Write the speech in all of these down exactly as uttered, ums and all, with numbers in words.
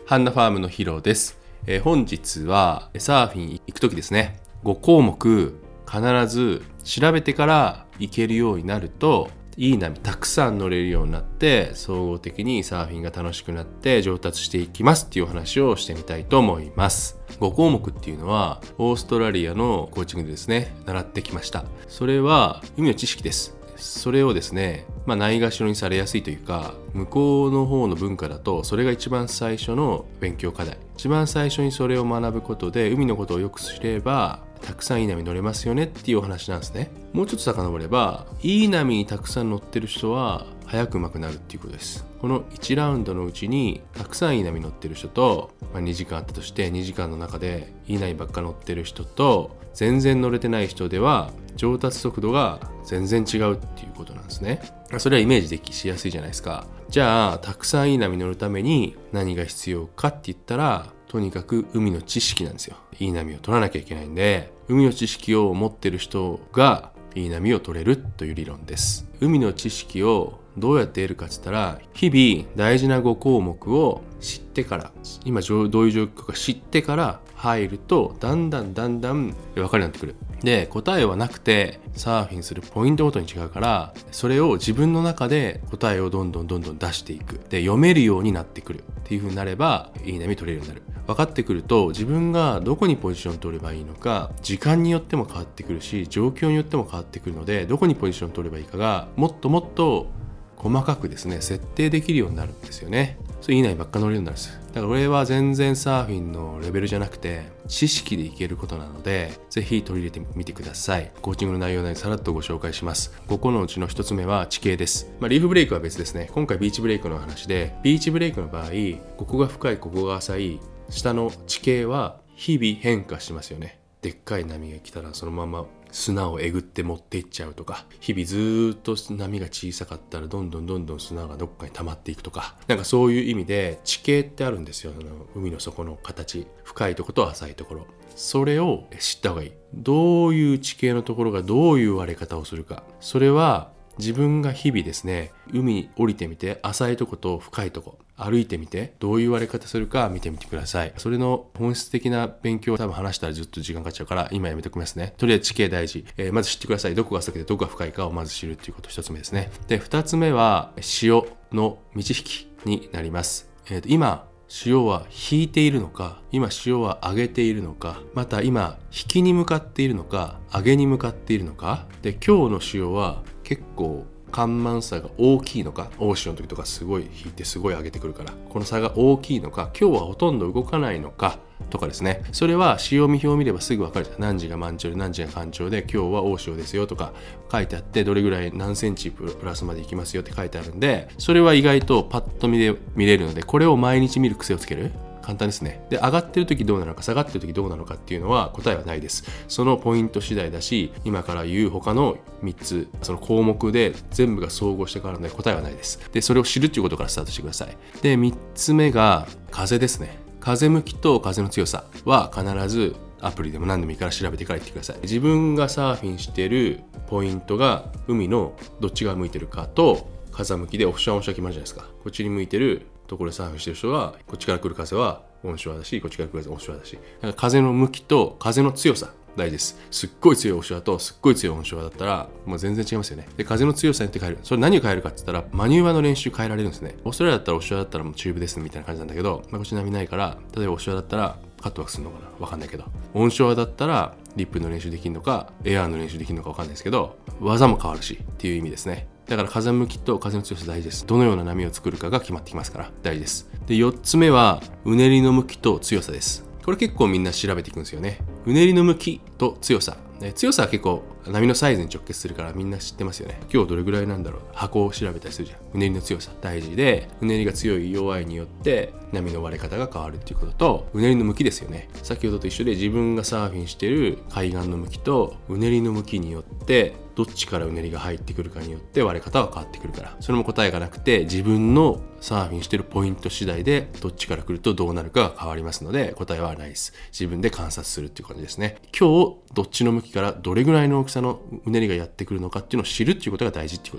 ハンナファームのヒロです。えー、本日はサーフィン行くときですね、ご項目必ず調べてから行けるようになると、いい波たくさん乗れるようになって、総合的にサーフィンが楽しくなって上達していきますっていうお話をしてみたいと思います。ご項目っていうのはオーストラリアのコーチングでですね、習ってきました。それは海の知識です。それをですね、まあ、ないがしろにされやすいというか、向こうの方の文化だとそれが一番最初の勉強課題、一番最初にそれを学ぶことで海のことをよく知ればたくさんいい波乗れますよねっていうお話なんですね。もうちょっと遡れば、いい波にたくさん乗ってる人は早く上手くなるっていうことです。このいちラウンドのうちにたくさんいい波乗ってる人と、まあ、にじかんあったとしてにじかんの中でいい波ばっか乗ってる人と全然乗れてない人では上達速度が全然違うっていうことなんですね。それはイメージできしやすいじゃないですか。じゃあたくさんいい波乗るために何が必要かって言ったら、とにかく海の知識なんですよ。いい波を取らなきゃいけないんで、海の知識を持ってる人がいい波を取れるという理論です。海の知識をどうやって得るかって言ったら、日々大事なご項目を知ってから、今どういう状況か知ってから入ると、だんだんだんだん分かるようになってくる。で、答えはなくてサーフィンするポイントごとに違うから、それを自分の中で答えをどんどんどんどん出していく。で、読めるようになってくるっていう風になれば、いい波取れるようになる。分かってくると、自分がどこにポジション取ればいいのか、時間によっても変わってくるし、状況によっても変わってくるので、どこにポジション取ればいいかがもっともっと細かくですね、設定できるようになるんですよね。それいい波ばっか乗れるようになるんです。だからこれは全然サーフィンのレベルじゃなくて知識でいけることなので、ぜひ取り入れてみてください。コーチングの内容なのでさらっとご紹介します。ごこのうちのひとつめは地形です。まあ、リーフブレイクは別ですね。今回ビーチブレイクの話で、ビーチブレイクの場合、ここが深いここが浅い下の地形は日々変化しますよね。でっかい波が来たらそのまま砂をえぐって持っていっちゃうとか、日々ずっと波が小さかったらどんどんどんどん砂がどっかに溜まっていくとか、なんかそういう意味で地形ってあるんですよ。あの海の底の形、深いところと浅いところ、それを知った方がいい。どういう地形のところがどういう割れ方をするか、それは自分が日々ですね、海に降りてみて浅いとこと深いとこ歩いてみて、どういう割れ方するか見てみてください。それの本質的な勉強を多分話したらずっと時間かかっちゃうから今やめておきますね。とりあえず地形大事、えー、まず知ってください。どこが浅くてどこが深いかをまず知るっていうこと一つ目ですね。で、二つ目は潮の満ち引きになります。えーと、今潮は引いているのか、今潮は上げているのか、また今引きに向かっているのか上げに向かっているのかで、今日の潮は結構干満差が大きいのか、大潮の時とかすごい引いてすごい上げてくるから、この差が大きいのか、今日はほとんど動かないのかとかですね。それは潮見表を見ればすぐ分かるじゃん。何時が満潮で何時が干潮で今日は大潮ですよとか書いてあって、どれぐらい何センチプラスまで行きますよって書いてあるんで、それは意外とパッと見で見れるので、これを毎日見る癖をつける。簡単ですね。で、上がってる時どうなのか下がってる時どうなのかっていうのは答えはないです。そのポイント次第だし、今から言う他のみっつ、その項目で全部が総合して変わるので答えはないです。で、それを知るっていうことからスタートしてください。で、みっつめが風ですね。風向きと風の強さは必ずアプリでも何でもいいから調べてから言ってください。自分がサーフィンしてるポイントが海のどっち側向いてるかと、風向きでオフショアオンショア決まるじゃないですか。こっちに向いてるところでサーフィンしてる人は、こっちから来る風はオンショアだし、こっちから来る風はオンショアだし、なんか風の向きと風の強さ大事です。すっごい強いオフショアとすっごい強いオンショアだったらもう全然違いますよね。で、風の強さによって変える。それ何を変えるかって言ったら、マニューバーの練習変えられるんですね。オーストラリアだったらオフショアだったらもうチューブですみたいな感じなんだけど、まあ、こっち波ないから、例えばオフショアだったらカットワークするのかな、わかんないけど、オンショアだったらリップの練習できるのかエアーの練習できるのかわかんないですけど、技も変わるしっていう意味ですね。だから風向きと風の強さ大事です。どのような波を作るかが決まってきますから大事です。で、よっつめはうねりの向きと強さです。これ結構みんな調べていくんですよね。うねりの向きと強さ、ね、強さは結構波のサイズに直結するからみんな知ってますよね。今日どれぐらいなんだろう、箱を調べたりするじゃん。うねりの強さ大事で、うねりが強い弱いによって波の割れ方が変わるっていうことと、うねりの向きですよね。先ほどと一緒で、自分がサーフィンしてる海岸の向きとうねりの向きによってどっちからうねりが入ってくるかによって割れ方は変わってくるから、それも答えがなくて、自分のサーフィンしてるポイント次第でどっちから来るとどうなるかが変わりますので、答えはないです。自分で観察するっていう感じですね。今日どっちの向きからどれぐらいの大きさのうねりがやってくるのかっていうのを知るっていうことが大事っていうことです。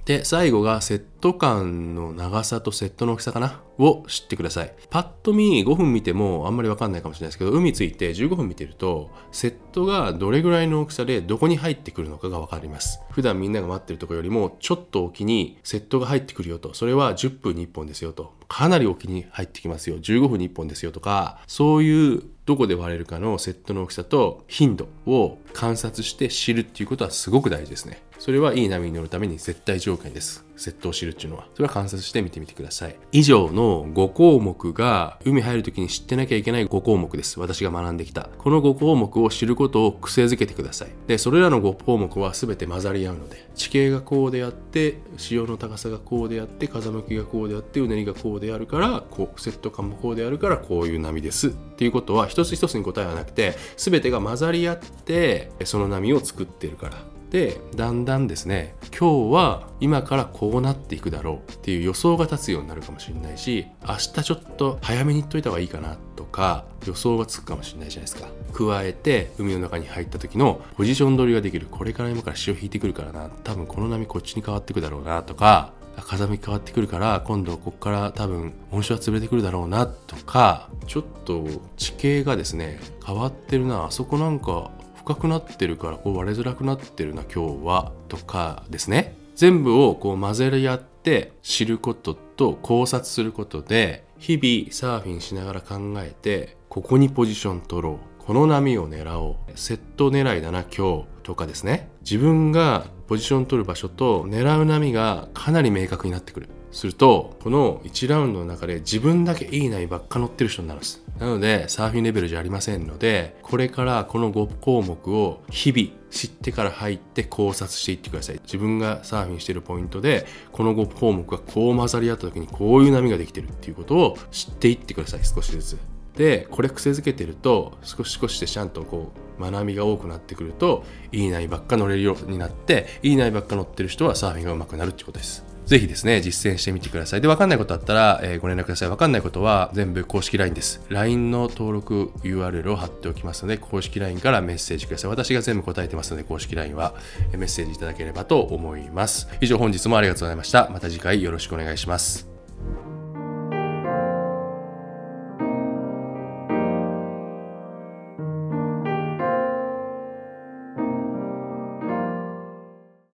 で、最後がセット感の長さとセットの大きさかなを知ってください。パッと見ごふん見てもあんまりわかんないかもしれないですけど、海ついてじゅうごふん見てるとセットがどれぐらいの大きさでどこに入ってくるのかがわかります。普段みんなが待ってるところよりもちょっと大きにセットが入ってくるよと、それはじゅっぷんにいっぽんですよと、かなり大きに入ってきますよ、じゅうごふんにいっぽんですよとか、そういうどこで割れるかのセットの大きさと頻度を観察して知るっていうことはすごく大事ですね。それはいい波に乗るために絶対条件です。セットを知るっていうのは。それは観察して見てみてください。以上のごこうもくが海入るときに知ってなきゃいけないごこうもくです。私が学んできた。このごこうもくを知ることを癖づけてください。で、それらのごこうもくは全て混ざり合うので、地形がこうであって、潮の高さがこうであって、風向きがこうであって、うねりがこうであるから、こうセット感もこうであるからこういう波ですっていうことは一つ一つに答えはなくて、全てが混ざり合ってその波を作っているから。で、だんだんですね、今日は今からこうなっていくだろうっていう予想が立つようになるかもしれないし、明日ちょっと早めに言っといた方がいいかなとか予想がつくかもしれないじゃないですか。加えて海の中に入った時のポジション取りができる。これから今から潮引いてくるからな、多分この波こっちに変わってくるだろうなとか、風向き変わってくるから今度ここから多分本州は潰れてくるだろうなとか、ちょっと地形がですね変わってるな、あそこなんか深くなってるからこう割れづらくなってるな今日はとかですね、全部をこう混ぜり合って知ることと考察することで、日々サーフィンしながら考えて、ここにポジション取ろう、この波を狙おう、セット狙いだな今日とかですね、自分がポジション取る場所と狙う波がかなり明確になってくる。するとこのいちラウンドの中で自分だけいい波ばっか乗ってる人になるんです。なのでサーフィンレベルじゃありませんので、これからこのごこうもくを日々知ってから入って考察していってください。自分がサーフィンしているポイントでこのごこうもくがこう混ざり合った時にこういう波ができてるっていうことを知っていってください。少しずつで、これ癖づけてると少し少しでちゃんとこう学びが多くなってくると、いい波ばっか乗れるようになって、いい波ばっか乗ってる人はサーフィンが上手くなるっていうことです。ぜひですね、実践してみてください。で、分かんないことあったら、えー、ご連絡ください。分かんないことは全部公式 ライン です。ライン の登録 ユーアールエル を貼っておきますので、公式 ライン からメッセージください。私が全部答えてますので、公式 ライン はメッセージいただければと思います。以上、本日もありがとうございました。また次回よろしくお願いします。